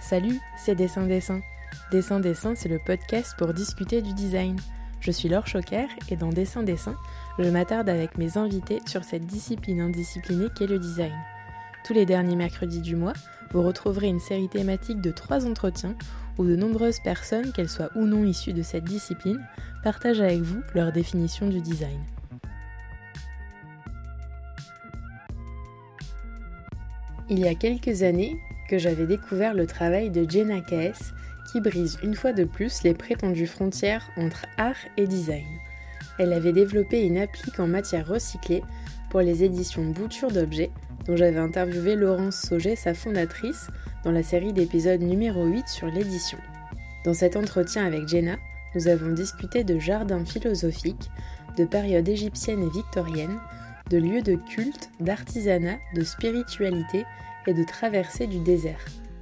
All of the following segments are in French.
Salut, c'est Dessin Dessin. Dessin Dessin, c'est le podcast pour discuter du design. Je suis Laure Choquer et dans Dessin Dessin, je m'attarde avec mes invités sur cette discipline indisciplinée qu'est le design. Tous les derniers mercredis du mois, vous retrouverez une série thématique de 3 entretiens où de nombreuses personnes, qu'elles soient ou non issues de cette discipline, partagent avec vous leur définition du design. Il y a quelques années que j'avais découvert le travail de Jenna Kaes qui brise une fois de plus les prétendues frontières entre art et design. Elle avait développé une applique en matière recyclée pour les éditions Bouture d'Objets, dont j'avais interviewé Laurence Sauget, sa fondatrice, dans la série d'épisodes numéro 8 sur l'édition. Dans cet entretien avec Jenna, nous avons discuté de jardins philosophiques, de période égyptienne et victorienne, de lieux de culte, d'artisanat, de spiritualité et de traversée du désert.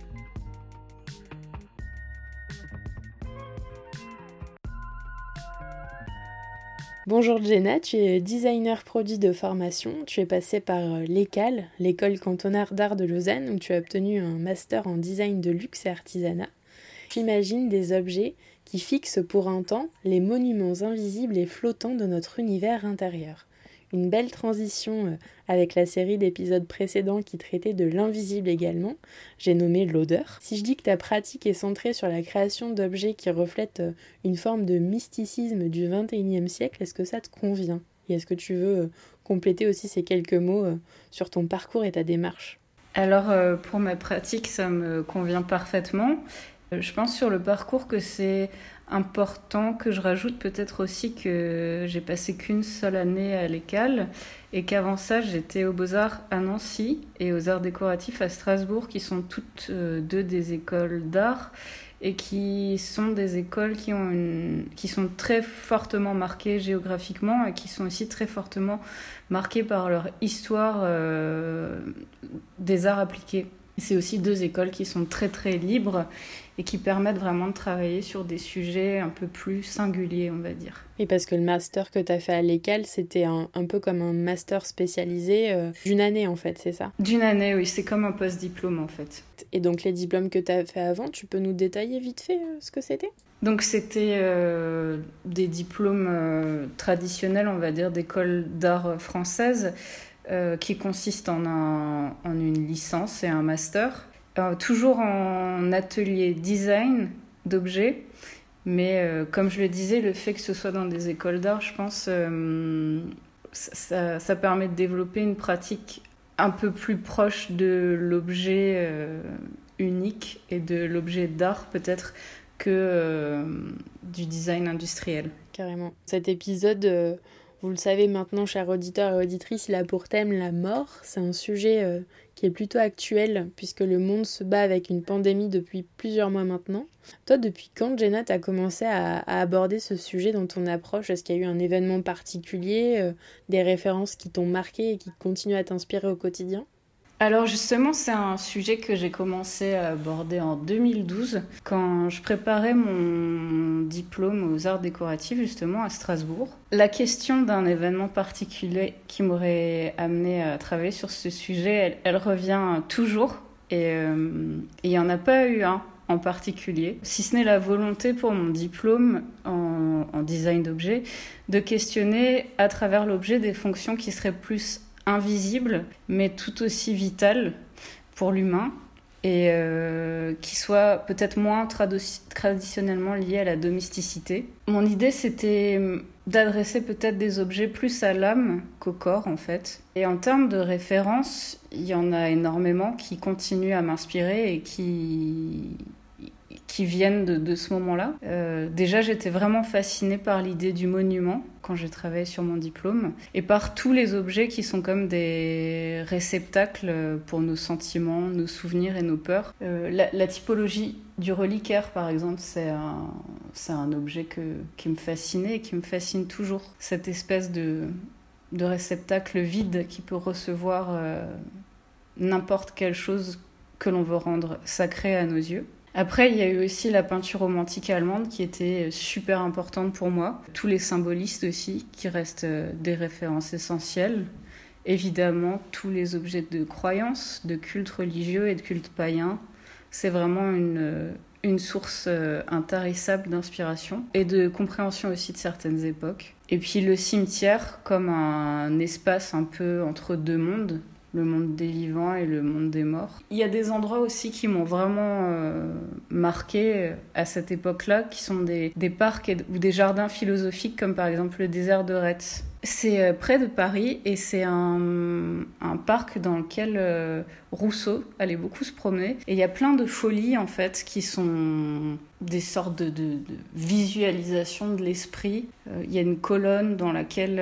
Bonjour Jenna, tu es designer produit de formation, tu es passée par l'ECAL, l'école cantonale d'art de Lausanne, où tu as obtenu un master en design de luxe et artisanat. Tu imagines des objets qui fixent pour un temps les monuments invisibles et flottants de notre univers intérieur. Une belle transition avec la série d'épisodes précédents qui traitait de l'invisible également, j'ai nommé l'odeur. Si je dis que ta pratique est centrée sur la création d'objets qui reflètent une forme de mysticisme du XXIe siècle, est-ce que ça te convient ? Et est-ce que tu veux compléter aussi ces quelques mots sur ton parcours et ta démarche ? Alors pour ma pratique, ça me convient parfaitement. Je pense sur le parcours que c'est important que je rajoute peut-être aussi que j'ai passé qu'une seule année à l'ECAL et qu'avant ça j'étais aux Beaux-Arts à Nancy et aux Arts décoratifs à Strasbourg, qui sont toutes deux des écoles d'art et qui sont des écoles qui sont très fortement marquées géographiquement et qui sont aussi très fortement marquées par leur histoire des arts appliqués. C'est aussi deux écoles qui sont très très libres et qui permettent vraiment de travailler sur des sujets un peu plus singuliers, on va dire. Et parce que le master que tu as fait à l'ECAL, c'était un peu comme un master spécialisé d'une année en fait, c'est ça ? D'une année, oui, c'est comme un post-diplôme en fait. Et donc les diplômes que tu as fait avant, tu peux nous détailler vite fait ce que c'était ? Donc c'était des diplômes traditionnels, on va dire, d'école d'art française, qui consiste en une licence et un master, toujours en atelier design d'objets, mais comme je le disais, le fait que ce soit dans des écoles d'art, je pense, ça permet de développer une pratique un peu plus proche de l'objet unique et de l'objet d'art peut-être que du design industriel. Carrément. Cet épisode... Vous le savez maintenant, chers auditeurs et auditrices, il a pour thème la mort. C'est un sujet qui est plutôt actuel puisque le monde se bat avec une pandémie depuis plusieurs mois maintenant. Toi, depuis quand, Jenna, tu as commencé à aborder ce sujet dans ton approche ? Est-ce qu'il y a eu un événement particulier, des références qui t'ont marqué et qui continuent à t'inspirer au quotidien ? Alors justement, c'est un sujet que j'ai commencé à aborder en 2012 quand je préparais mon diplôme aux arts décoratifs justement à Strasbourg. La question d'un événement particulier qui m'aurait amené à travailler sur ce sujet, elle revient toujours et il n'y en a pas eu un en particulier, si ce n'est la volonté pour mon diplôme en design d'objets de questionner à travers l'objet des fonctions qui seraient plus invisible, mais tout aussi vital pour l'humain et qui soit peut-être moins traditionnellement lié à la domesticité. Mon idée, c'était d'adresser peut-être des objets plus à l'âme qu'au corps, en fait. Et en termes de références, il y en a énormément qui continuent à m'inspirer et qui viennent de ce moment-là. Déjà, j'étais vraiment fascinée par l'idée du monument quand j'ai travaillé sur mon diplôme et par tous les objets qui sont comme des réceptacles pour nos sentiments, nos souvenirs et nos peurs. La typologie du reliquaire, par exemple, c'est un objet qui me fascinait et qui me fascine toujours. Cette espèce de réceptacle vide qui peut recevoir n'importe quelle chose que l'on veut rendre sacrée à nos yeux. Après, il y a eu aussi la peinture romantique allemande qui était super importante pour moi. Tous les symbolistes aussi, qui restent des références essentielles. Évidemment, tous les objets de croyance, de culte religieux et de culte païen, C'est vraiment une source intarissable d'inspiration et de compréhension aussi de certaines époques. Et puis le cimetière comme un espace un peu entre deux mondes, le monde des vivants et le monde des morts. Il y a des endroits aussi qui m'ont vraiment marqué à cette époque-là, qui sont des parcs ou des jardins philosophiques, comme par exemple le désert de Retz. C'est près de Paris et c'est un parc dans lequel Rousseau allait beaucoup se promener. Et il y a plein de folies en fait qui sont des sortes de visualisation de l'esprit. Il y a une colonne dans laquelle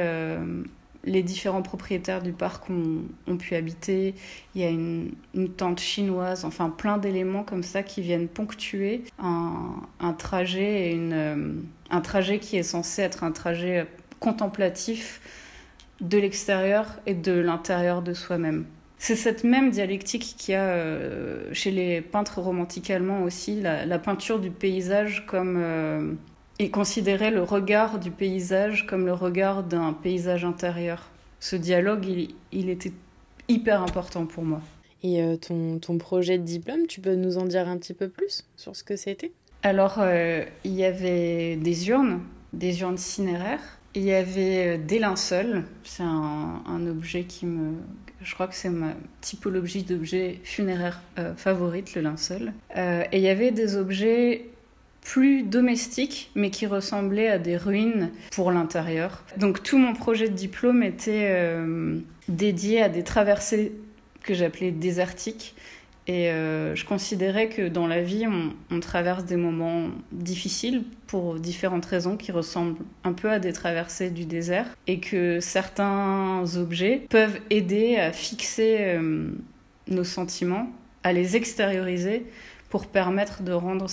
les différents propriétaires du parc ont pu habiter. Il y a une tente chinoise, enfin plein d'éléments comme ça qui viennent ponctuer un trajet un trajet qui est censé être un trajet contemplatif de l'extérieur et de l'intérieur de soi-même. C'est cette même dialectique qu'il y a chez les peintres romantiques allemands aussi, la peinture du paysage comme... Ils considéraient le regard du paysage comme le regard d'un paysage intérieur. Ce dialogue, il était hyper important pour moi. Et ton projet de diplôme, tu peux nous en dire un petit peu plus sur ce que c'était ? Alors, il y avait des urnes cinéraires. Il y avait des linceuls. C'est un objet je crois que c'est ma typologie d'objet funéraire favorite, le linceul. Et il y avait des objets plus domestiques, mais qui ressemblaient à des ruines pour l'intérieur. Donc tout mon projet de diplôme était dédié à des traversées que j'appelais désertiques. Et je considérais que dans la vie, on traverse des moments difficiles pour différentes raisons qui ressemblent un peu à des traversées du désert et que certains objets peuvent aider à fixer nos sentiments, à les extérioriser pour permettre de rendre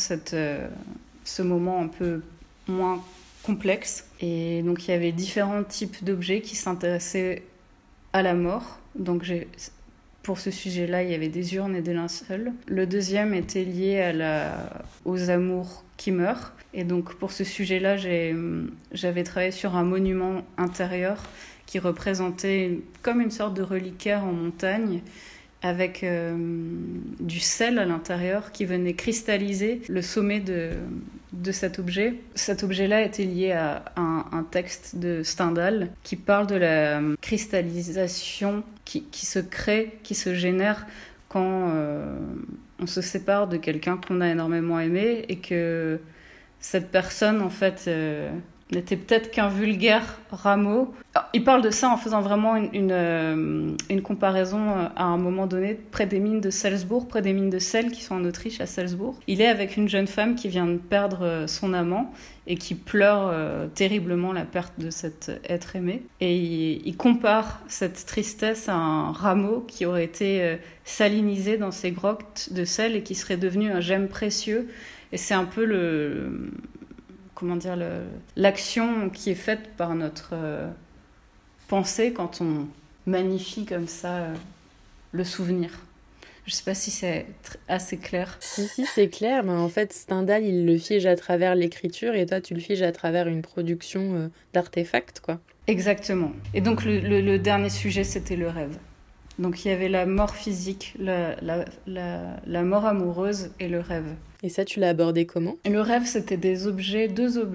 ce moment un peu moins complexe. Et donc il y avait différents types d'objets qui s'intéressaient à la mort. Donc pour ce sujet-là, il y avait des urnes et des linceuls. Le deuxième était lié aux amours qui meurent. Et donc pour ce sujet-là, j'avais travaillé sur un monument intérieur qui représentait comme une sorte de reliquaire en montagne avec du sel à l'intérieur qui venait cristalliser le sommet de cet objet. Cet objet-là était lié à un texte de Stendhal qui parle de la cristallisation qui se crée, qui se génère quand on se sépare de quelqu'un qu'on a énormément aimé et que cette personne, en fait... n'était peut-être qu'un vulgaire rameau. Alors, il parle de ça en faisant vraiment une comparaison à un moment donné près des mines de Salzbourg, près des mines de sel qui sont en Autriche, à Salzbourg. Il est avec une jeune femme qui vient de perdre son amant et qui pleure terriblement la perte de cet être aimé. Et il compare cette tristesse à un rameau qui aurait été salinisé dans ses grottes de sel et qui serait devenu un gemme précieux. Et c'est un peu l'action qui est faite par notre pensée quand on magnifie comme ça le souvenir. Je ne sais pas si c'est assez clair. Si, c'est clair. Mais en fait, Stendhal, il le fige à travers l'écriture et toi, tu le figes à travers une production d'artefacts, quoi. Exactement. Et donc, le dernier sujet, c'était le rêve. Donc, il y avait la mort physique, la mort amoureuse et le rêve. Et ça, tu l'as abordé comment ? Le rêve, c'était deux objets,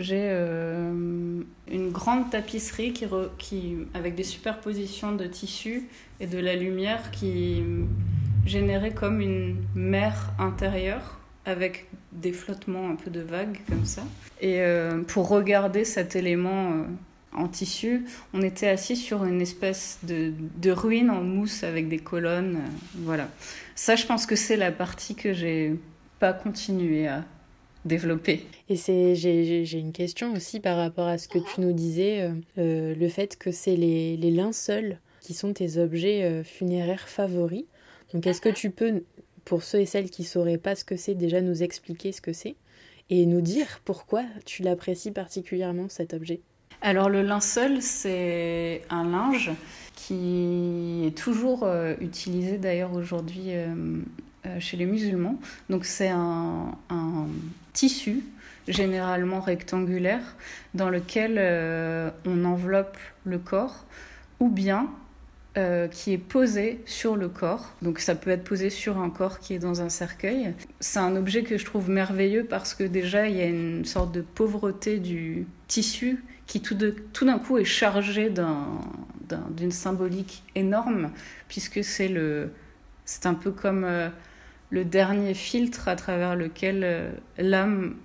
une grande tapisserie avec des superpositions de tissus et de la lumière qui générait comme une mer intérieure avec des flottements un peu de vagues comme ça. Et pour regarder cet élément en tissu, on était assis sur une espèce de ruine en mousse avec des colonnes. Voilà. Ça, je pense que c'est la partie que j'ai pas continué à développer. Et j'ai une question aussi par rapport à ce que tu nous disais, le fait que c'est les linceuls qui sont tes objets funéraires favoris. Donc est-ce que tu peux, pour ceux et celles qui ne sauraient pas ce que c'est, déjà nous expliquer ce que c'est et nous dire pourquoi tu l'apprécies particulièrement, cet objet ? Alors le linceul, c'est un linge qui est toujours utilisé d'ailleurs aujourd'hui chez les musulmans. Donc c'est un tissu généralement rectangulaire dans lequel on enveloppe le corps ou bien qui est posé sur le corps. Donc ça peut être posé sur un corps qui est dans un cercueil. C'est un objet que je trouve merveilleux parce que déjà il y a une sorte de pauvreté du tissu qui tout d'un coup est chargé d'une symbolique énorme, puisque c'est un peu comme le dernier filtre à travers lequel l'âme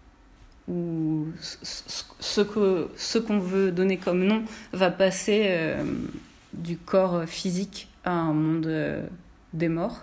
ou ce qu'on veut donner comme nom va passer du corps physique à un monde des morts.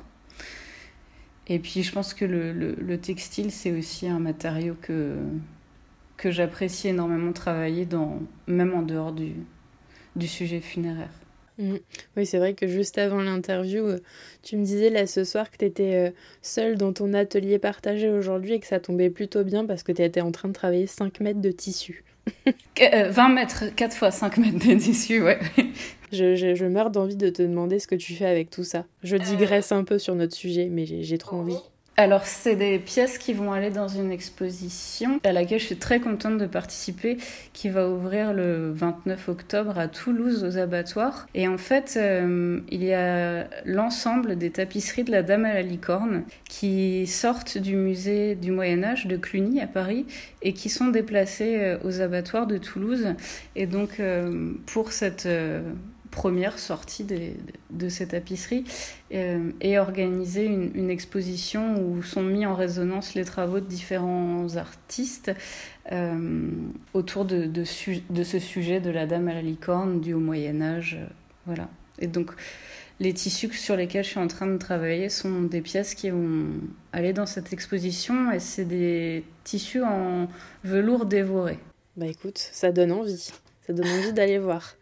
Et puis je pense que le textile, c'est aussi un matériau que j'apprécie énormément travailler même en dehors du sujet funéraire. Oui, c'est vrai que juste avant l'interview, tu me disais là ce soir que tu étais seule dans ton atelier partagé aujourd'hui et que ça tombait plutôt bien parce que tu étais en train de travailler 5 mètres de tissu. 20 mètres, 4 fois 5 mètres de tissu, ouais. Je meurs d'envie de te demander ce que tu fais avec tout ça. Je digresse un peu sur notre sujet, mais j'ai trop envie. Alors, c'est des pièces qui vont aller dans une exposition à laquelle je suis très contente de participer, qui va ouvrir le 29 octobre à Toulouse, aux abattoirs. Et en fait, il y a l'ensemble des tapisseries de la Dame à la licorne qui sortent du musée du Moyen-Âge de Cluny à Paris et qui sont déplacées aux abattoirs de Toulouse. Et donc, pour cette première sortie de ces tapisseries et organiser une exposition où sont mis en résonance les travaux de différents artistes autour de ce sujet de la Dame à la licorne dû au Moyen-Âge. Voilà. Et donc, les tissus sur lesquels je suis en train de travailler sont des pièces qui vont aller dans cette exposition et c'est des tissus en velours dévoré. Bah écoute, ça donne envie. Ça donne envie d'aller voir.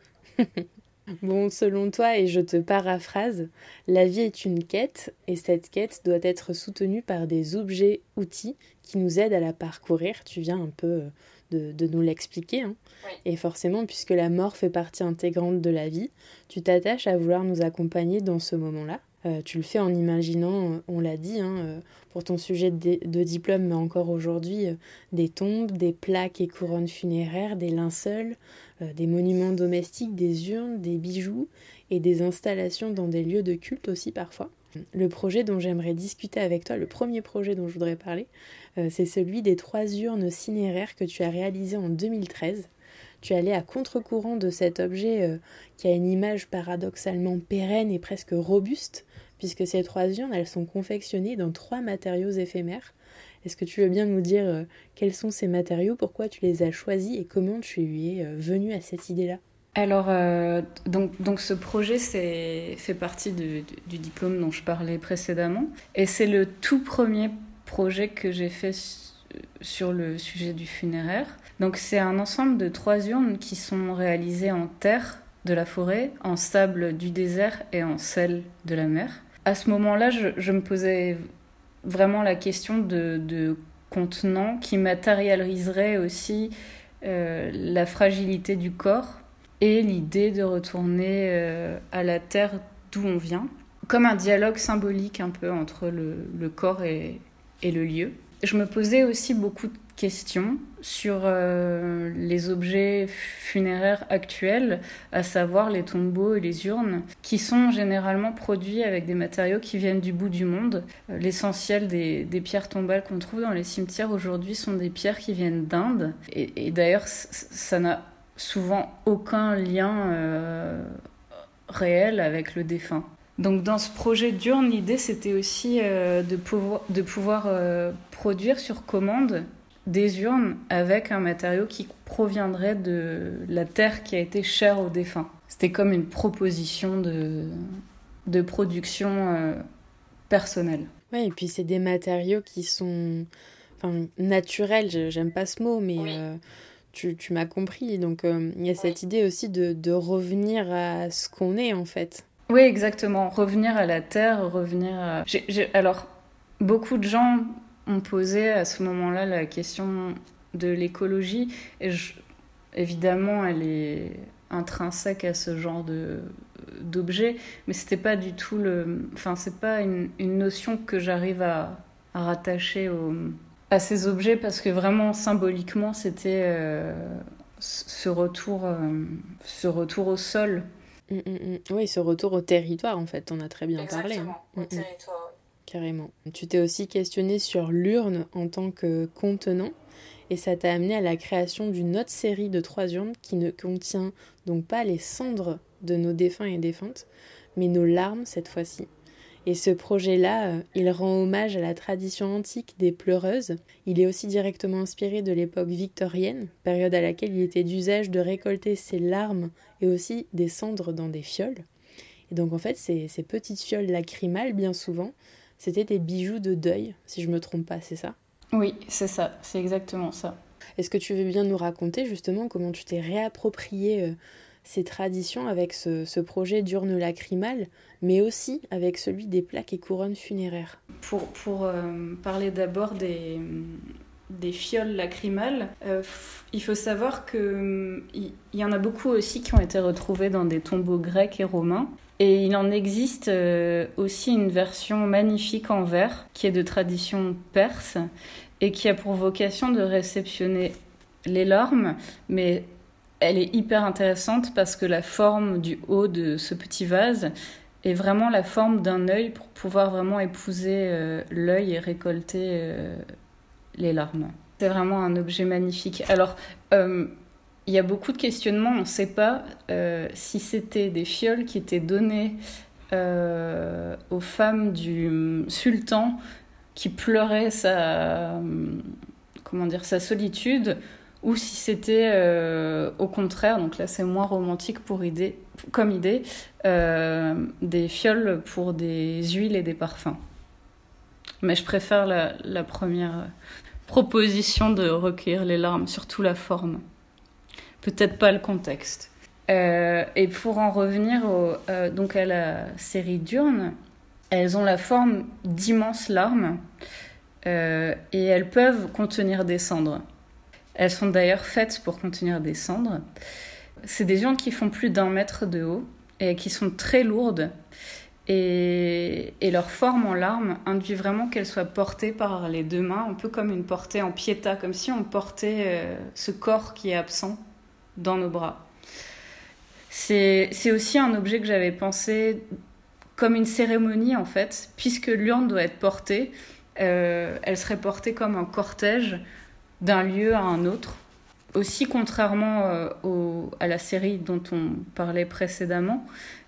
Bon, selon toi, et je te paraphrase, la vie est une quête et cette quête doit être soutenue par des objets, outils qui nous aident à la parcourir. Tu viens un peu de nous l'expliquer. Hein. Oui. Et forcément, puisque la mort fait partie intégrante de la vie, tu t'attaches à vouloir nous accompagner dans ce moment-là. Tu le fais en imaginant, on l'a dit, pour ton sujet de diplôme, mais encore aujourd'hui, des tombes, des plaques et couronnes funéraires, des linceuls, des monuments domestiques, des urnes, des bijoux et des installations dans des lieux de culte aussi parfois. Le projet dont j'aimerais discuter avec toi, le premier projet dont je voudrais parler, c'est celui des 3 urnes cinéraires que tu as réalisées en 2013. Tu es allé à contre-courant de cet objet qui a une image paradoxalement pérenne et presque robuste, puisque ces 3 urnes, elles sont confectionnées dans 3 matériaux éphémères. Est-ce que tu veux bien nous dire quels sont ces matériaux, pourquoi tu les as choisis et comment tu es venu à cette idée-là ? Alors, donc ce projet fait partie du diplôme dont je parlais précédemment. Et c'est le tout premier projet que j'ai fait sur le sujet du funéraire. Donc c'est un ensemble de 3 urnes qui sont réalisées en terre de la forêt, en sable du désert et en sel de la mer. À ce moment-là, je me posais vraiment la question de contenants qui matérialiseraient aussi la fragilité du corps et l'idée de retourner à la terre d'où on vient, comme un dialogue symbolique un peu entre le corps et le lieu. Je me posais aussi beaucoup de questions sur les objets funéraires actuels, à savoir les tombeaux et les urnes, qui sont généralement produits avec des matériaux qui viennent du bout du monde. L'essentiel des pierres tombales qu'on trouve dans les cimetières aujourd'hui sont des pierres qui viennent d'Inde. Et d'ailleurs, ça n'a souvent aucun lien réel avec le défunt. Donc dans ce projet d'urne, l'idée c'était aussi de pouvoir produire sur commande des urnes avec un matériau qui proviendrait de la terre qui a été chère aux défunts. C'était comme une proposition de production personnelle. Oui, et puis c'est des matériaux qui sont naturels, j'aime pas ce mot, mais oui. Tu m'as compris. Donc il y a cette idée aussi de revenir à ce qu'on est en fait. Oui, exactement. Revenir à la terre, revenir à... Alors, beaucoup de gens ont posé à ce moment-là la question de l'écologie. Et évidemment, elle est intrinsèque à ce genre d'objet. Mais c'était pas du tout c'est pas une notion que j'arrive à rattacher à ces objets parce que vraiment, symboliquement, c'était ce retour au sol. Oui, ce retour au territoire, en fait, on a très bien parlé. Exactement, au territoire. Carrément. Tu t'es aussi questionné sur l'urne en tant que contenant, et ça t'a amené à la création d'une autre série de 3 urnes qui ne contient donc pas les cendres de nos défunts et défuntes, mais nos larmes cette fois-ci. Et ce projet-là, il rend hommage à la tradition antique des pleureuses. Il est aussi directement inspiré de l'époque victorienne, période à laquelle il était d'usage de récolter ses larmes et aussi des cendres dans des fioles. Et donc en fait, ces petites fioles lacrymales, bien souvent, c'était des bijoux de deuil, si je me trompe pas, c'est ça? Oui, c'est ça, c'est exactement ça. Est-ce que tu veux bien nous raconter justement comment tu t'es réapproprié ces traditions avec ce projet d'urne lacrymale, mais aussi avec celui des plaques et couronnes funéraires? Pour parler d'abord des fioles lacrymales, il faut savoir qu'il y en a beaucoup aussi qui ont été retrouvés dans des tombeaux grecs et romains. Et il en existe aussi une version magnifique en verre qui est de tradition perse et qui a pour vocation de réceptionner les larmes, mais elle est hyper intéressante parce que la forme du haut de ce petit vase est vraiment la forme d'un œil pour pouvoir vraiment épouser l'œil et récolter les larmes. C'est vraiment un objet magnifique. Alors, il y a beaucoup de questionnements. On ne sait pas si c'était des fioles qui étaient données aux femmes du sultan qui pleurait sa solitude, ou si c'était au contraire, donc là c'est moins romantique comme idée, des fioles pour des huiles et des parfums. Mais je préfère la première proposition de recueillir les larmes, surtout la forme. Peut-être pas le contexte. Et pour en revenir donc à la série d'urnes, elles ont la forme d'immenses larmes et elles peuvent contenir des cendres. Elles sont d'ailleurs faites pour contenir des cendres. C'est des urnes qui font plus d'1 mètre de haut et qui sont très lourdes. Et leur forme en larmes induit vraiment qu'elles soient portées par les 2 mains, un peu comme une portée en piéta, comme si on portait ce corps qui est absent dans nos bras. C'est aussi un objet que j'avais pensé comme une cérémonie en fait, puisque l'urne doit être portée, elle serait portée comme un cortège d'un lieu à un autre. Aussi, contrairement à la série dont on parlait précédemment,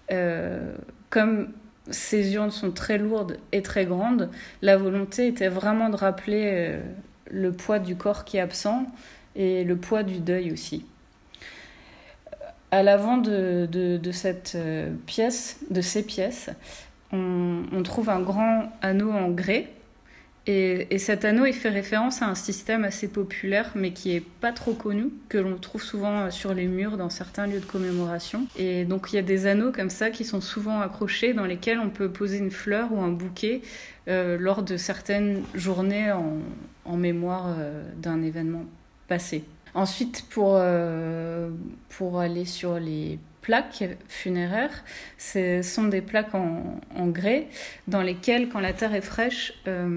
comme ces urnes sont très lourdes et très grandes, la volonté était vraiment de rappeler le poids du corps qui est absent et le poids du deuil aussi. À l'avant de cette pièce, de ces pièces, on trouve un grand anneau en grès. Et cet anneau, il fait référence à un système assez populaire, mais qui n'est pas trop connu, que l'on trouve souvent sur les murs dans certains lieux de commémoration. Et donc, il y a des anneaux comme ça qui sont souvent accrochés, dans lesquels on peut poser une fleur ou un bouquet lors de certaines journées en mémoire d'un événement passé. Ensuite, pour aller sur les plaques funéraires, ce sont des plaques en grès dans lesquelles, quand la terre est fraîche,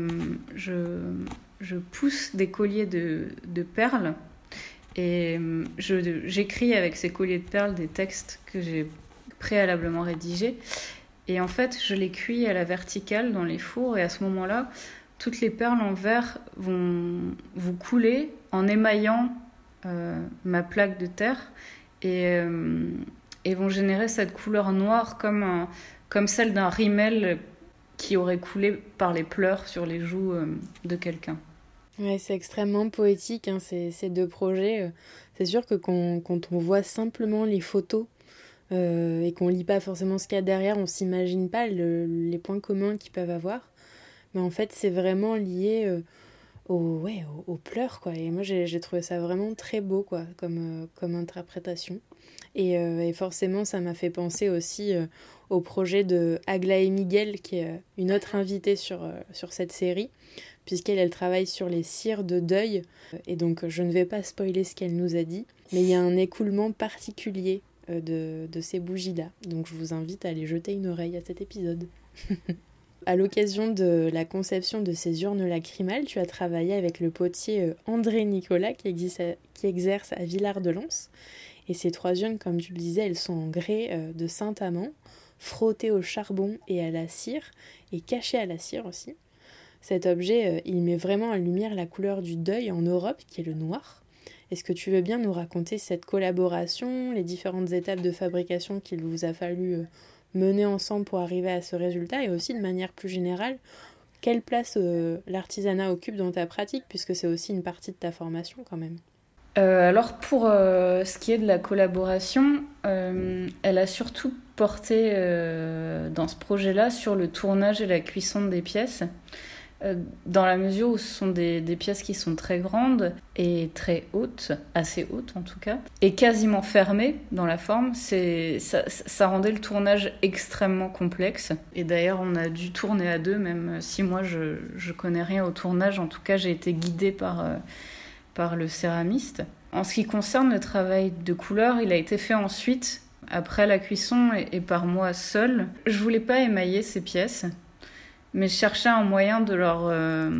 je pousse des colliers de perles et j'écris avec ces colliers de perles des textes que j'ai préalablement rédigés. Et en fait, je les cuis à la verticale dans les fours et à ce moment-là, toutes les perles en verre vont couler en émaillant ma plaque de terre et vont générer cette couleur noire comme celle d'un rimel qui aurait coulé par les pleurs sur les joues de quelqu'un. Ouais, c'est extrêmement poétique, hein, ces 2 projets. C'est sûr que quand on voit simplement les photos et qu'on lit pas forcément ce qu'il y a derrière, on s'imagine pas les points communs qu'ils peuvent avoir. Mais en fait, c'est vraiment lié aux pleurs, quoi. Et moi, j'ai trouvé ça vraiment très beau, quoi, comme interprétation. Et forcément, ça m'a fait penser aussi au projet de Aglaé Miguel, qui est une autre invitée sur cette série, puisqu'elle travaille sur les cires de deuil. Et donc, je ne vais pas spoiler ce qu'elle nous a dit, mais il y a un écoulement particulier de ces bougies-là. Donc, je vous invite à aller jeter une oreille à cet épisode. À l'occasion de la conception de ces urnes lacrymales, tu as travaillé avec le potier André Nicolas qui exerce à Villard-de-Lans. Et ces 3 urnes, comme tu le disais, elles sont en grès de Saint-Amand, frottées au charbon et à la cire, et cachées à la cire aussi. Cet objet, il met vraiment en lumière la couleur du deuil en Europe, qui est le noir. Est-ce que tu veux bien nous raconter cette collaboration, les différentes étapes de fabrication qu'il vous a fallu mener ensemble pour arriver à ce résultat, et aussi de manière plus générale, quelle place l'artisanat occupe dans ta pratique, puisque c'est aussi une partie de ta formation quand même? Alors pour ce qui est de la collaboration, elle a surtout porté dans ce projet-là sur le tournage et la cuisson des pièces, dans la mesure où ce sont des pièces qui sont très grandes et très hautes, assez hautes en tout cas, et quasiment fermées dans la forme. Ça rendait le tournage extrêmement complexe. Et d'ailleurs, on a dû tourner à 2, même si moi je connais rien au tournage. En tout cas, j'ai été guidée par le céramiste. En ce qui concerne le travail de couleur, il a été fait ensuite, après la cuisson et par moi seule. Je voulais pas émailler ces pièces, mais je cherchais un moyen de leur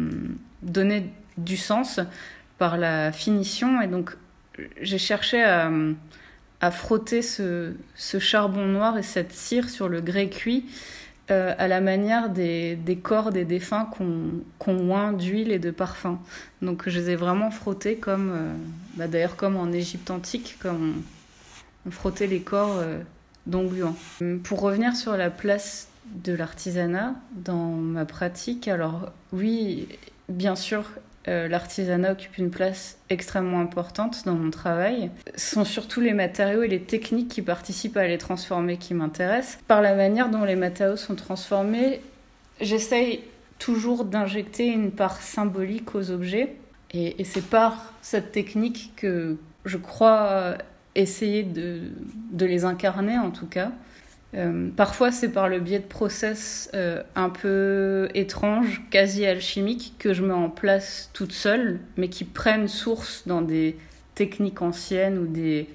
donner du sens par la finition. Et donc, j'ai cherché à frotter ce charbon noir et cette cire sur le grès cuit à la manière des corps des défunts qu'on oint d'huile et de parfum. Donc je les ai vraiment frottés comme, d'ailleurs comme en Égypte antique, comme on frottait les corps d'ongluants. Pour revenir sur la place de l'artisanat dans ma pratique, alors oui, bien sûr, l'artisanat occupe une place extrêmement importante dans mon travail. Ce sont surtout les matériaux et les techniques qui participent à les transformer qui m'intéressent. Par la manière dont les matériaux sont transformés, j'essaye toujours d'injecter une part symbolique aux objets. Et c'est par cette technique que je crois essayer de les incarner en tout cas. Parfois, c'est par le biais de process un peu étranges, quasi alchimiques, que je mets en place toute seule, mais qui prennent source dans des techniques anciennes ou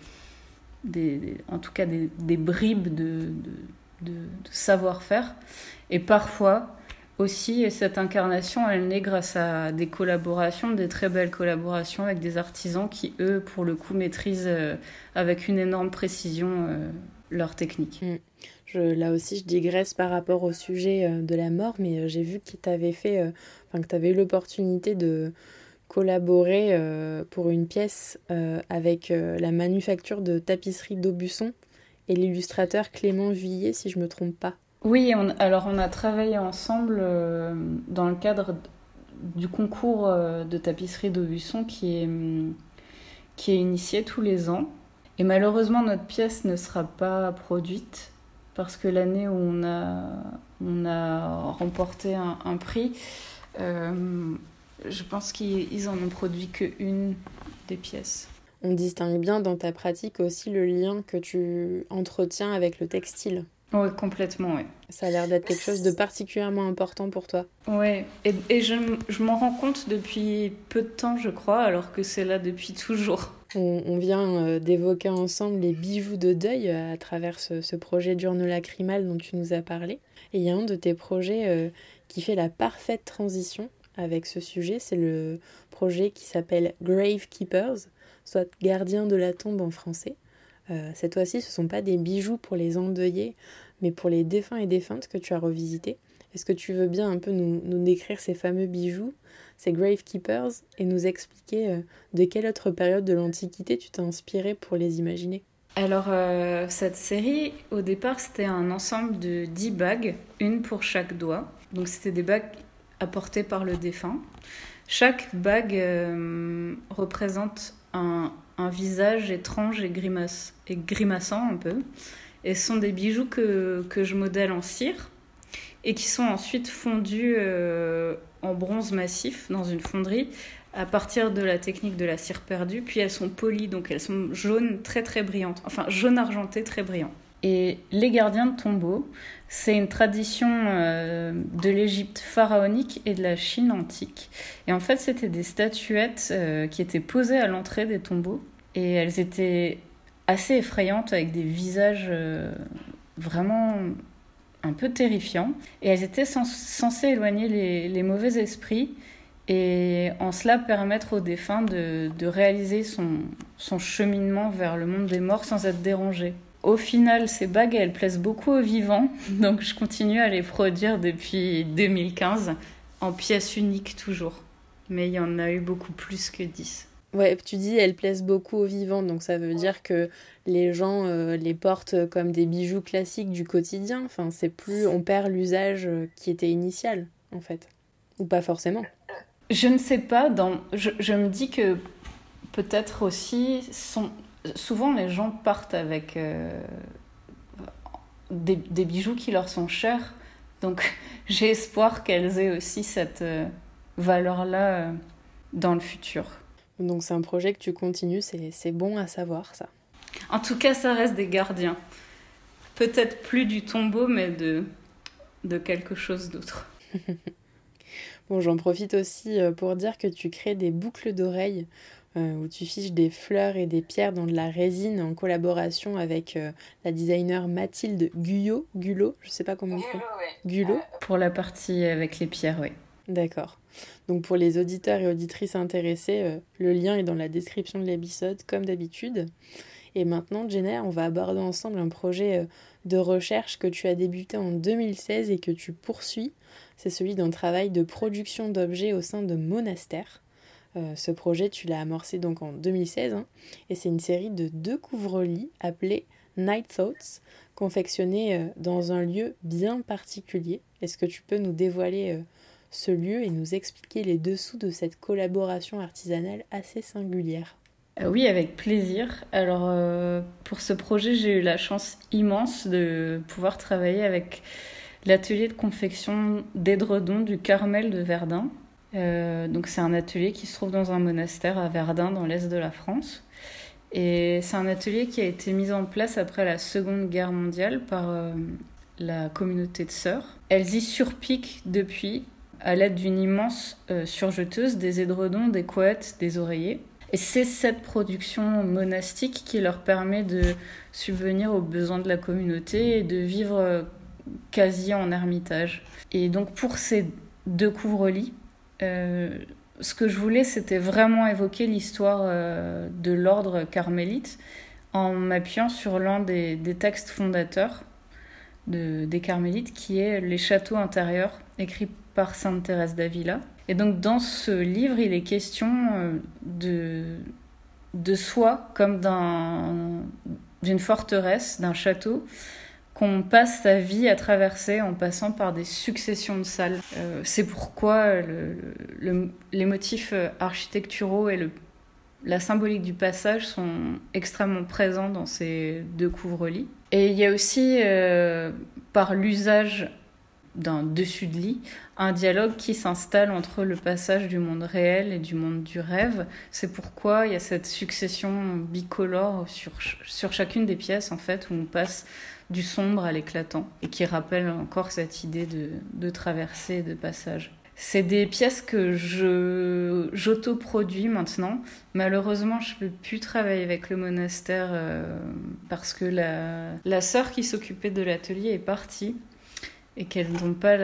en tout cas des bribes de savoir-faire. Et parfois aussi, cette incarnation, elle naît grâce à des collaborations, des très belles collaborations avec des artisans qui, eux, pour le coup, maîtrisent avec une énorme précision leur technique. Là aussi, je digresse par rapport au sujet de la mort, mais j'ai vu que tu avais eu l'opportunité de collaborer pour une pièce avec la manufacture de tapisserie d'Aubusson et l'illustrateur Clément Vuillet, si je ne me trompe pas. Oui, alors on a travaillé ensemble dans le cadre du concours de tapisserie d'Aubusson qui est initié tous les ans. Et malheureusement, notre pièce ne sera pas produite parce que l'année où on a remporté un prix, je pense qu'ils en ont produit qu'une des pièces. On distingue bien dans ta pratique aussi le lien que tu entretiens avec le textile. Oui, complètement, oui. Ça a l'air d'être quelque chose de particulièrement important pour toi. Oui, et je m'en rends compte depuis peu de temps, je crois, alors que c'est là depuis toujours. On vient d'évoquer ensemble les bijoux de deuil à travers ce projet d'urne lacrymale dont tu nous as parlé. Et il y a un de tes projets qui fait la parfaite transition avec ce sujet, c'est le projet qui s'appelle Grave Keepers, soit gardien de la tombe en français. Cette fois-ci, ce ne sont pas des bijoux pour les endeuillés, mais pour les défunts et défuntes que tu as revisités. Est-ce que tu veux bien un peu nous décrire ces fameux bijoux, ces Grave Keepers, et nous expliquer de quelle autre période de l'Antiquité tu t'es inspiré pour les imaginer? Alors, cette série, au départ, c'était un ensemble de 10 bagues, une pour chaque doigt. Donc, c'était des bagues apportées par le défunt. Chaque bague représente un visage étrange et grimaçant un peu. Et ce sont des bijoux que je modèle en cire et qui sont ensuite fondus en bronze massif dans une fonderie à partir de la technique de la cire perdue. Puis elles sont polies, donc elles sont jaunes très très brillantes, enfin jaune argenté très brillant. Et les gardiens de tombeaux, c'est une tradition de l'Égypte pharaonique et de la Chine antique. Et en fait, c'était des statuettes qui étaient posées à l'entrée des tombeaux. Et elles étaient assez effrayantes avec des visages vraiment un peu terrifiants. Et elles étaient censées éloigner les mauvais esprits et en cela permettre au défunt de réaliser son cheminement vers le monde des morts sans être dérangé. Au final, ces bagues, elles plaisent beaucoup aux vivants, donc je continue à les produire depuis 2015, en pièces uniques toujours. Mais il y en a eu beaucoup plus que 10. Ouais, tu dis elles plaisent beaucoup aux vivants, donc ça veut dire que les gens les portent comme des bijoux classiques du quotidien. Enfin, c'est plus, on perd l'usage qui était initial, en fait. Ou pas forcément. Je ne sais pas, je me dis que peut-être aussi, souvent les gens partent avec des bijoux qui leur sont chers. Donc j'ai espoir qu'elles aient aussi cette valeur-là dans le futur. Donc c'est un projet que tu continues, c'est bon à savoir ça. En tout cas, ça reste des gardiens. Peut-être plus du tombeau, mais de quelque chose d'autre. Bon, j'en profite aussi pour dire que tu crées des boucles d'oreilles où tu fiches des fleurs et des pierres dans de la résine en collaboration avec la designer Mathilde Gulot, je sais pas comment on dit. Gulot. Pour la partie avec les pierres, oui. D'accord. Donc pour les auditeurs et auditrices intéressés, le lien est dans la description de l'épisode comme d'habitude. Et maintenant, Jenna, on va aborder ensemble un projet de recherche que tu as débuté en 2016 et que tu poursuis. C'est celui d'un travail de production d'objets au sein de monastères. Ce projet, tu l'as amorcé donc en 2016 et c'est une série de 2 couvre-lits appelés Night Thoughts, confectionnés dans un lieu bien particulier. Est-ce que tu peux nous dévoiler ce lieu et nous expliquer les dessous de cette collaboration artisanale assez singulière? Oui, avec plaisir. Alors, pour ce projet, j'ai eu la chance immense de pouvoir travailler avec l'atelier de confection d'édredons du Carmel de Verdun. Donc, c'est un atelier qui se trouve dans un monastère à Verdun, dans l'est de la France. Et c'est un atelier qui a été mis en place après la Seconde Guerre mondiale par la communauté de sœurs. Elles y surpiquent depuis à l'aide d'une immense surjeteuse des édredons, des couettes, des oreillers. Et c'est cette production monastique qui leur permet de subvenir aux besoins de la communauté et de vivre quasi en ermitage. Et donc pour ces 2 couvre-lits, ce que je voulais, c'était vraiment évoquer l'histoire de l'ordre carmélite en m'appuyant sur l'un des textes fondateurs des carmélites, qui est Les châteaux intérieurs, écrit par Sainte Thérèse d'Avila. Et donc dans ce livre, il est question de soi comme d'une forteresse, d'un château, qu'on passe sa vie à traverser en passant par des successions de salles. C'est pourquoi les motifs architecturaux et la symbolique du passage sont extrêmement présents dans ces 2 couvre-lits. Et il y a aussi, par l'usage d'un dessus de lit, un dialogue qui s'installe entre le passage du monde réel et du monde du rêve. C'est pourquoi il y a cette succession bicolore sur chacune des pièces, en fait, où on passe du sombre à l'éclatant, et qui rappelle encore cette idée de traversée et de passage. C'est des pièces que j'autoproduis maintenant. Malheureusement, je ne peux plus travailler avec le monastère parce que la sœur qui s'occupait de l'atelier est partie et qu'elles n'ont pas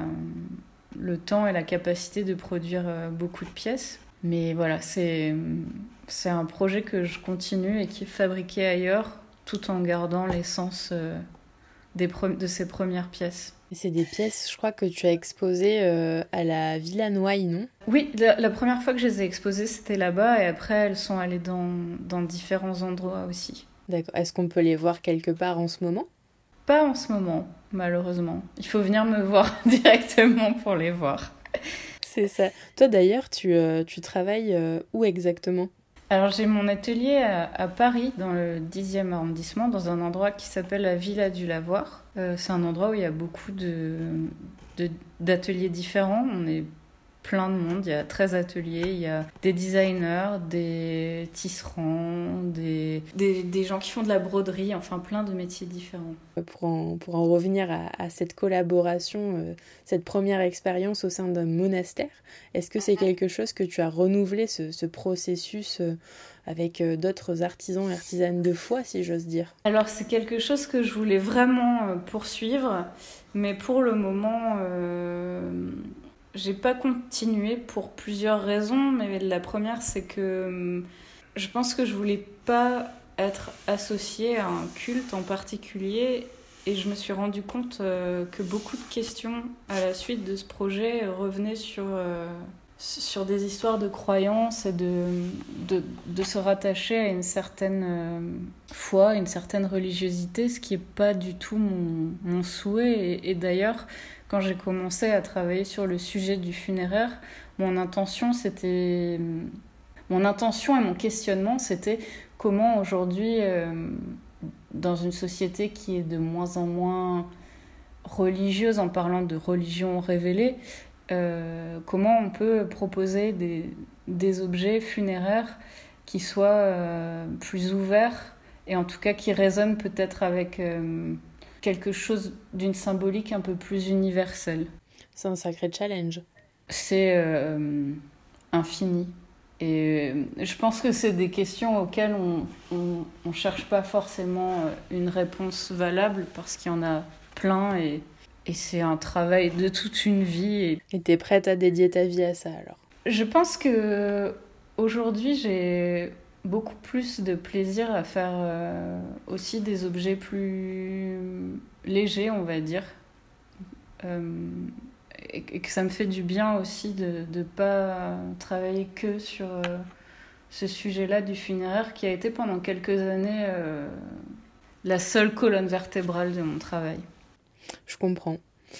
le temps et la capacité de produire beaucoup de pièces. Mais voilà, c'est un projet que je continue et qui est fabriqué ailleurs, tout en gardant l'essence de ces premières pièces. Et c'est des pièces, je crois, que tu as exposées à la Villa Noailles, non? Oui, la première fois que je les ai exposées, c'était là-bas, et après, elles sont allées dans différents endroits aussi. D'accord. Est-ce qu'on peut les voir quelque part en ce moment? Pas en ce moment, malheureusement. Il faut venir me voir directement pour les voir. C'est ça. Toi, d'ailleurs, tu travailles où exactement? Alors, j'ai mon atelier à Paris, dans le 10e arrondissement, dans un endroit qui s'appelle la Villa du Lavoir. C'est un endroit où il y a beaucoup d'ateliers différents. On est plein de monde, il y a 13 ateliers, il y a des designers, des tisserands, des gens qui font de la broderie, enfin plein de métiers différents. Pour en revenir à cette collaboration, cette première expérience au sein d'un monastère, est-ce que c'est quelque chose que tu as renouvelé, ce processus avec d'autres artisans et artisanes de foi, si j'ose dire? Alors c'est quelque chose que je voulais vraiment poursuivre, mais pour le moment... j'ai pas continué pour plusieurs raisons, mais la première, c'est que je pense que je voulais pas être associée à un culte en particulier, et je me suis rendu compte que beaucoup de questions à la suite de ce projet revenaient sur des histoires de croyances et de se rattacher à une certaine foi, une certaine religiosité, ce qui n'est pas du tout mon souhait. Et d'ailleurs, quand j'ai commencé à travailler sur le sujet du funéraire, mon intention et mon questionnement, c'était comment aujourd'hui, dans une société qui est de moins en moins religieuse, en parlant de religion révélée, comment on peut proposer des objets funéraires qui soient plus ouverts et en tout cas qui résonnent peut-être avec quelque chose d'une symbolique un peu plus universelle. C'est un sacré challenge. C'est infini. Et je pense que c'est des questions auxquelles on cherche pas forcément une réponse valable parce qu'il y en a plein et c'est un travail de toute une vie. Et t'es prête à dédier ta vie à ça alors? Je pense que aujourd'hui j'ai beaucoup plus de plaisir à faire aussi des objets plus légers, on va dire. Et que ça me fait du bien aussi de ne pas travailler que sur ce sujet-là du funéraire qui a été pendant quelques années la seule colonne vertébrale de mon travail. Je comprends.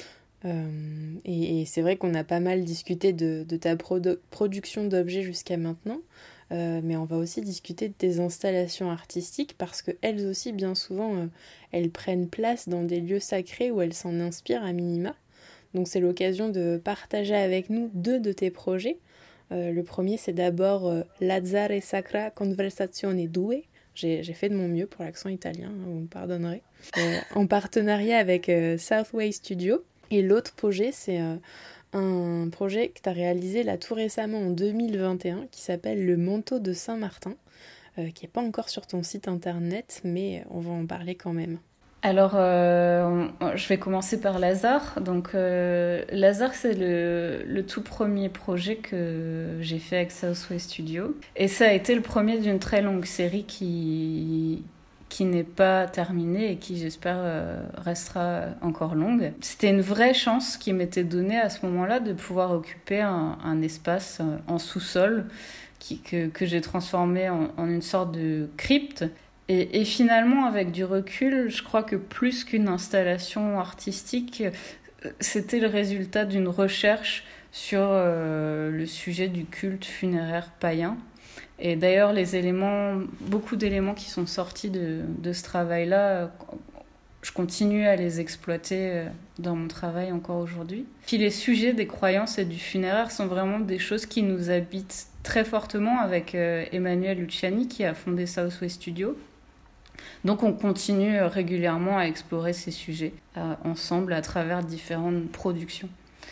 Et c'est vrai qu'on a pas mal discuté de ta production d'objets jusqu'à maintenant, mais on va aussi discuter de tes installations artistiques parce qu'elles aussi, bien souvent, elles prennent place dans des lieux sacrés où elles s'en inspirent à minima. Donc c'est l'occasion de partager avec nous 2 de tes projets. Le premier, c'est d'abord L'Alzare Sacra Conversazione 2. J'ai fait de mon mieux pour l'accent italien, hein, vous me pardonnerez. En partenariat avec Southway Studio. Et l'autre projet, c'est un projet que tu as réalisé là tout récemment en 2021 qui s'appelle Le Manteau de Saint-Martin, qui n'est pas encore sur ton site internet, mais on va en parler quand même. Alors, je vais commencer par Lazare. Donc, Lazare, c'est le tout premier projet que j'ai fait avec Southway Studio. Et ça a été le premier d'une très longue série qui n'est pas terminée et qui, j'espère, restera encore longue. C'était une vraie chance qui m'était donnée à ce moment-là de pouvoir occuper un espace en sous-sol que j'ai transformé en une sorte de crypte. Et finalement, avec du recul, je crois que plus qu'une installation artistique, c'était le résultat d'une recherche sur le sujet du culte funéraire païen. Et d'ailleurs, beaucoup d'éléments qui sont sortis de ce travail-là, je continue à les exploiter dans mon travail encore aujourd'hui. Puis les sujets des croyances et du funéraire sont vraiment des choses qui nous habitent très fortement avec Emmanuel Luciani qui a fondé Southway Studio. Donc on continue régulièrement à explorer ces sujets ensemble à travers différentes productions.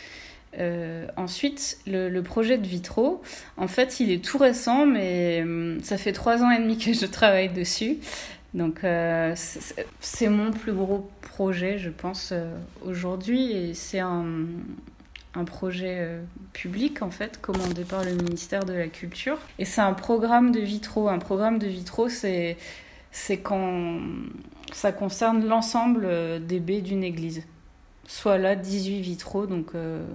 Ensuite, le projet de vitraux, en fait, il est tout récent, mais ça fait 3 ans et demi que je travaille dessus. Donc c'est mon plus gros projet, je pense, aujourd'hui. Et c'est un projet public, en fait, commandé par le ministère de la Culture. Et c'est un programme de vitraux. Un programme de vitraux, c'est quand ça concerne l'ensemble des baies d'une église. Soit là, 18 vitraux, donc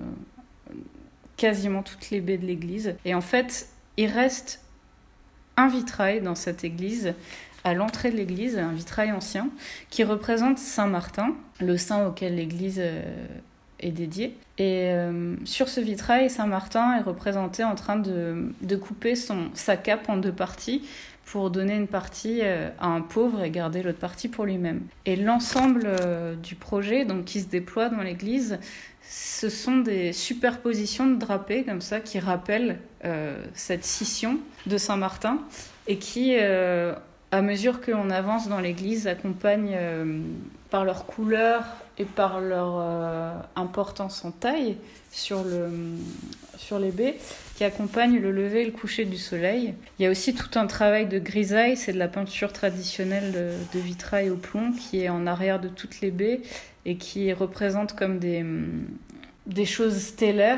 quasiment toutes les baies de l'église. Et en fait, il reste un vitrail dans cette église, à l'entrée de l'église, un vitrail ancien, qui représente Saint-Martin, le saint auquel l'église est dédiée. Et sur ce vitrail, Saint-Martin est représenté en train de couper sa cape en 2 parties, pour donner une partie à un pauvre et garder l'autre partie pour lui-même. Et l'ensemble du projet, donc, qui se déploie dans l'église, ce sont des superpositions de drapés comme ça qui rappellent cette scission de Saint-Martin et qui, à mesure que l'on avance dans l'église, accompagnent par leur couleur et par leur importance en taille sur les baies, qui accompagne le lever et le coucher du soleil. Il y a aussi tout un travail de grisaille, c'est de la peinture traditionnelle de vitrail au plomb qui est en arrière de toutes les baies et qui représente comme des choses stellaires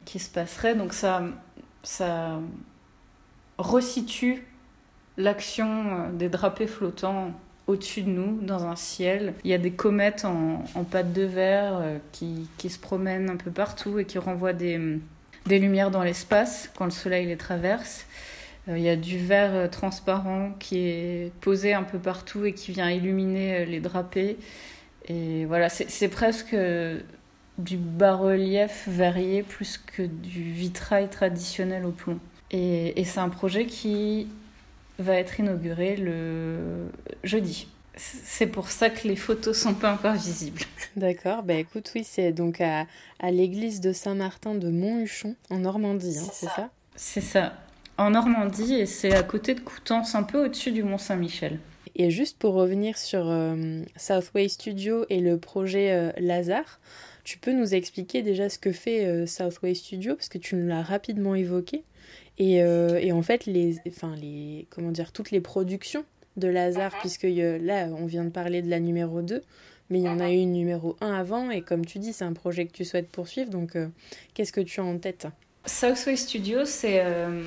qui se passerait. Donc ça resitue l'action des drapés flottants au-dessus de nous, dans un ciel. Il y a des comètes en pâte de verre qui se promènent un peu partout et qui renvoient des lumières dans l'espace quand le soleil les traverse. Il y a du verre transparent qui est posé un peu partout et qui vient illuminer les drapés. Et voilà, c'est presque du bas-relief verrier plus que du vitrail traditionnel au plomb. Et c'est un projet qui va être inauguré le jeudi. C'est pour ça que les photos sont pas encore visibles. D'accord, bah écoute, oui, c'est donc à l'église de Saint-Martin de Monthuchon, en Normandie, hein, c'est ça? C'est ça, en Normandie, et c'est à côté de Coutances, un peu au-dessus du Mont-Saint-Michel. Et juste pour revenir sur Southway Studio et le projet Lazare, tu peux nous expliquer déjà ce que fait Southway Studio, parce que tu nous l'as rapidement évoqué. Et en fait, toutes les productions de Lazare, puisque là, on vient de parler de la numéro 2, mais il y en a eu une numéro 1 avant, et comme tu dis, c'est un projet que tu souhaites poursuivre, donc qu'est-ce que tu as en tête? Southway Studio, c'est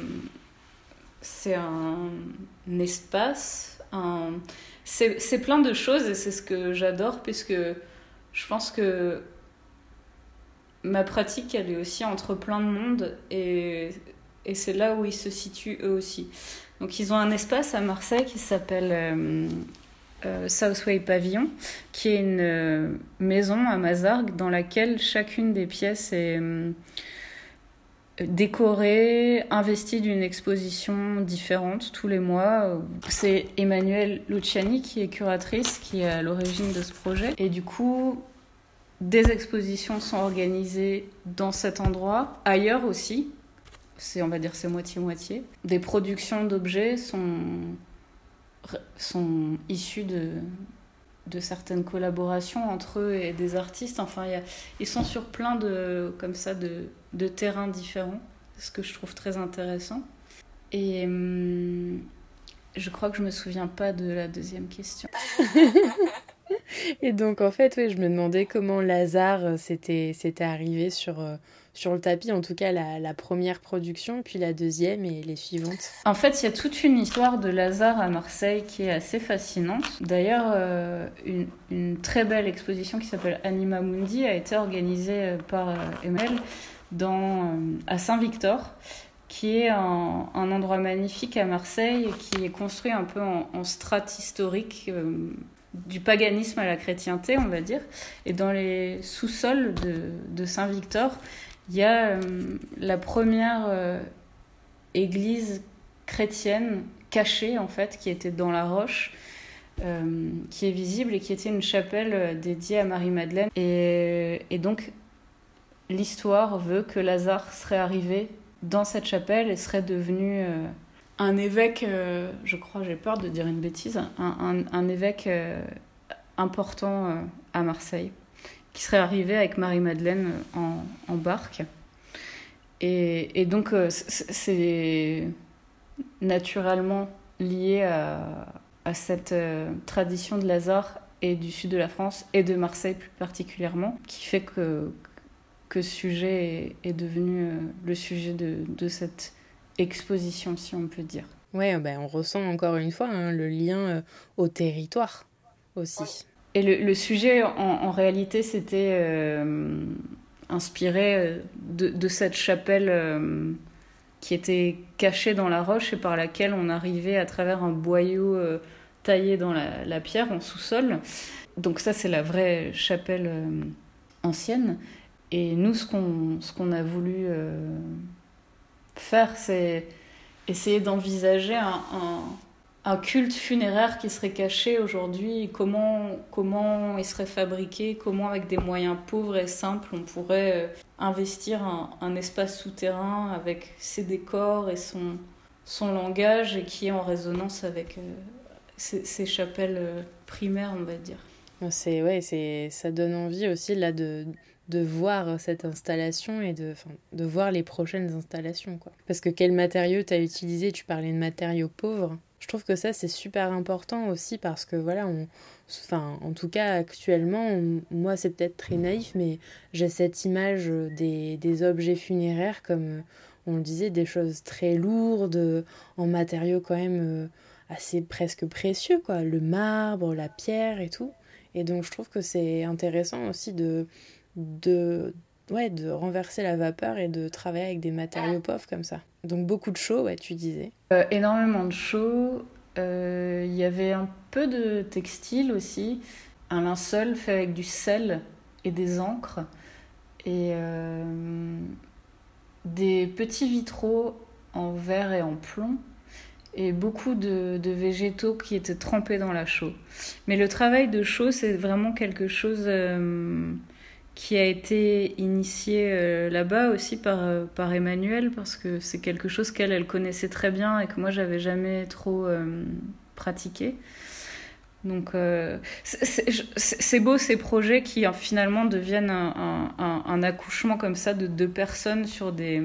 un espace, c'est plein de choses, et c'est ce que j'adore, puisque je pense que ma pratique, elle est aussi entre plein de monde, et c'est là où ils se situent eux aussi. Donc ils ont un espace à Marseille qui s'appelle Southway Pavillon, qui est une maison à Mazargues dans laquelle chacune des pièces est décorée, investie d'une exposition différente tous les mois. C'est Emmanuelle Luciani qui est curatrice, qui est à l'origine de ce projet. Et du coup, des expositions sont organisées dans cet endroit, ailleurs aussi. On va dire c'est moitié-moitié. Des productions d'objets sont issues de certaines collaborations entre eux et des artistes. Enfin, ils sont sur plein de terrains différents, ce que je trouve très intéressant. Et je crois que je me souviens pas de la deuxième question. Et donc en fait, oui, je me demandais comment Lazare s'était arrivé sur le tapis, en tout cas la première production, puis la deuxième et les suivantes. En fait, il y a toute une histoire de Lazare à Marseille qui est assez fascinante. D'ailleurs, une très belle exposition qui s'appelle Anima Mundi a été organisée par Emmanuel à Saint-Victor, qui est un endroit magnifique à Marseille, qui est construit un peu en strate historique, du paganisme à la chrétienté, on va dire. Et dans les sous-sols de Saint-Victor, il y a la première église chrétienne cachée, en fait, qui était dans la roche, qui est visible et qui était une chapelle dédiée à Marie-Madeleine. Et donc, l'histoire veut que Lazare serait arrivé dans cette chapelle et serait devenu un évêque, je crois, j'ai peur de dire une bêtise, un évêque important à Marseille, qui serait arrivé avec Marie-Madeleine en barque. Et donc, c'est naturellement lié à cette tradition de Lazare et du sud de la France, et de Marseille plus particulièrement, qui fait que ce sujet est devenu le sujet de cette exposition, si on peut dire. Ouais, ben on ressent encore une fois le lien au territoire aussi. Et le sujet, en réalité, c'était inspiré de cette chapelle qui était cachée dans la roche et par laquelle on arrivait à travers un boyau taillé dans la pierre en sous-sol. Donc ça, c'est la vraie chapelle ancienne. Et nous, ce qu'on a voulu faire, c'est essayer d'envisager un culte funéraire qui serait caché aujourd'hui, comment il serait fabriqué, comment avec des moyens pauvres et simples on pourrait investir un espace souterrain avec ses décors et son langage, et qui est en résonance avec ces chapelles primaires, on va dire. Ça donne envie aussi là de voir cette installation et de voir les prochaines installations, quoi. Parce que quel matériau tu as utilisé? Tu parlais de matériaux pauvres. Je trouve que ça, c'est super important aussi parce que voilà, en tout cas actuellement, moi c'est peut-être très naïf, mais j'ai cette image des objets funéraires comme on le disait, des choses très lourdes, en matériaux quand même assez presque précieux, quoi. Le marbre, la pierre et tout. Et donc je trouve que c'est intéressant aussi de renverser la vapeur et de travailler avec des matériaux pauvres comme ça. Donc beaucoup de chaux, ouais, tu disais. Énormément de chaux. Il y avait un peu de textile aussi. Un linceul fait avec du sel et des encres. Et des petits vitraux en verre et en plomb. Et beaucoup de végétaux qui étaient trempés dans la chaux. Mais le travail de chaux, c'est vraiment quelque chose qui a été initié là-bas aussi par Emmanuelle, parce que c'est quelque chose qu'elle connaissait très bien et que moi, j'avais jamais trop pratiqué. Donc, c'est beau ces projets qui finalement deviennent un accouchement comme ça de deux personnes sur des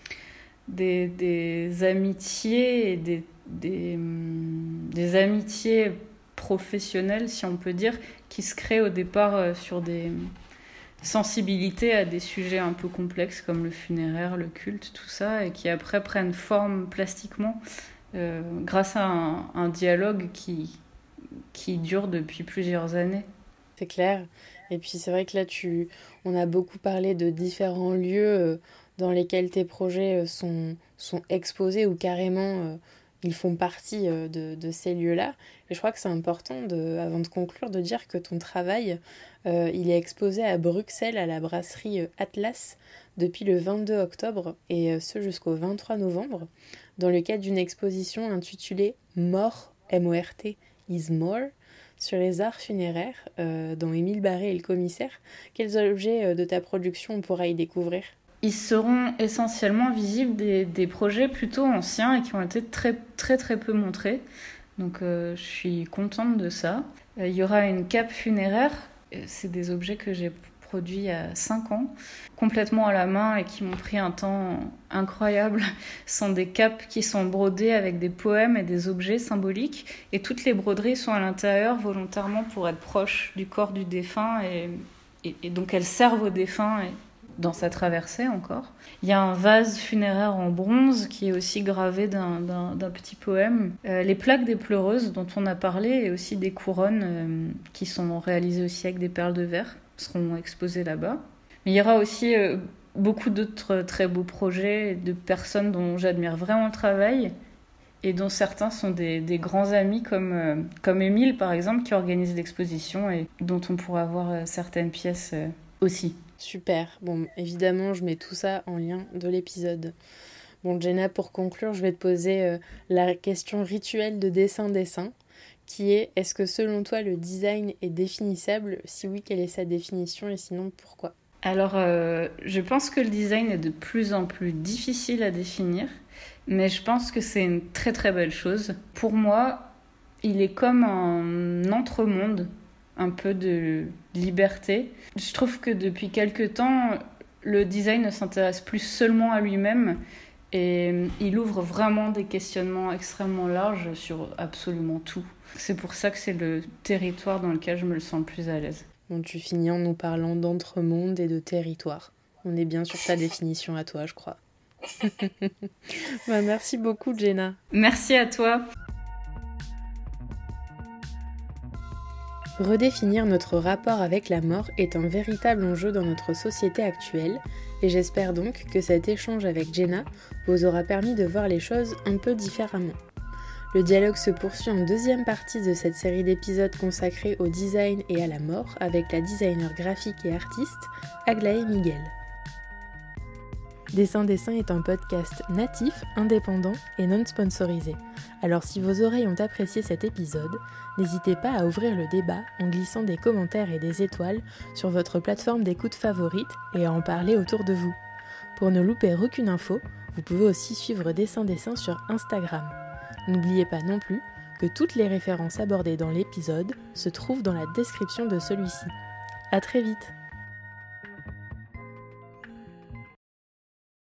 amitiés et des amitiés professionnelles, si on peut dire, qui se créent au départ sur des sensibilités à des sujets un peu complexes comme le funéraire, le culte, tout ça, et qui après prennent forme plastiquement grâce à un dialogue qui dure depuis plusieurs années. C'est clair. Et puis c'est vrai que là, on a beaucoup parlé de différents lieux dans lesquels tes projets sont exposés ou carrément ils font partie de ces lieux-là. Et je crois que c'est important, avant de conclure, de dire que ton travail, il est exposé à Bruxelles, à la brasserie Atlas, depuis le 22 octobre, et ce jusqu'au 23 novembre, dans le cadre d'une exposition intitulée More, M-O-R-T, is More, sur les arts funéraires, dont Émile Barré est le commissaire. Quels objets de ta production on pourra y découvrir ? Ils seront essentiellement visibles des projets plutôt anciens et qui ont été très très très peu montrés. Donc je suis contente de ça. Il y aura une cape funéraire. C'est des objets que j'ai produits il y a 5 ans, complètement à la main et qui m'ont pris un temps incroyable. Ce sont des capes qui sont brodées avec des poèmes et des objets symboliques. Et toutes les broderies sont à l'intérieur volontairement pour être proches du corps du défunt. Et donc elles servent au défunt dans sa traversée encore. Il y a un vase funéraire en bronze qui est aussi gravé d'un petit poème. Les plaques des pleureuses dont on a parlé et aussi des couronnes qui sont réalisées aussi avec des perles de verre seront exposées là-bas. Mais il y aura aussi beaucoup d'autres très beaux projets de personnes dont j'admire vraiment le travail et dont certains sont des grands amis comme Émile par exemple qui organise l'exposition et dont on pourra voir certaines pièces aussi. Super. Bon, évidemment, je mets tout ça en lien de l'épisode. Bon, Jenna, pour conclure, je vais te poser la question rituelle de dessin, qui est, est-ce que selon toi, le design est définissable ? Si oui, quelle est sa définition et sinon, pourquoi ? Alors, je pense que le design est de plus en plus difficile à définir, mais je pense que c'est une très très belle chose. Pour moi, il est comme un entremonde, un peu de liberté. Je trouve que depuis quelques temps, le design ne s'intéresse plus seulement à lui-même et il ouvre vraiment des questionnements extrêmement larges sur absolument tout. C'est pour ça que c'est le territoire dans lequel je me le sens le plus à l'aise. Bon, tu finis en nous parlant d'entremonde et de territoire. On est bien sur ta définition à toi, je crois. Merci beaucoup, Jenna. Merci à toi. Redéfinir notre rapport avec la mort est un véritable enjeu dans notre société actuelle et j'espère donc que cet échange avec Jenna vous aura permis de voir les choses un peu différemment. Le dialogue se poursuit en deuxième partie de cette série d'épisodes consacrés au design et à la mort avec la designer graphique et artiste Aglaé Miguel. Dessin est un podcast natif, indépendant et non sponsorisé. Alors si vos oreilles ont apprécié cet épisode, n'hésitez pas à ouvrir le débat en glissant des commentaires et des étoiles sur votre plateforme d'écoute favorite et à en parler autour de vous. Pour ne louper aucune info, vous pouvez aussi suivre Dessin sur Instagram. N'oubliez pas non plus que toutes les références abordées dans l'épisode se trouvent dans la description de celui-ci. À très vite!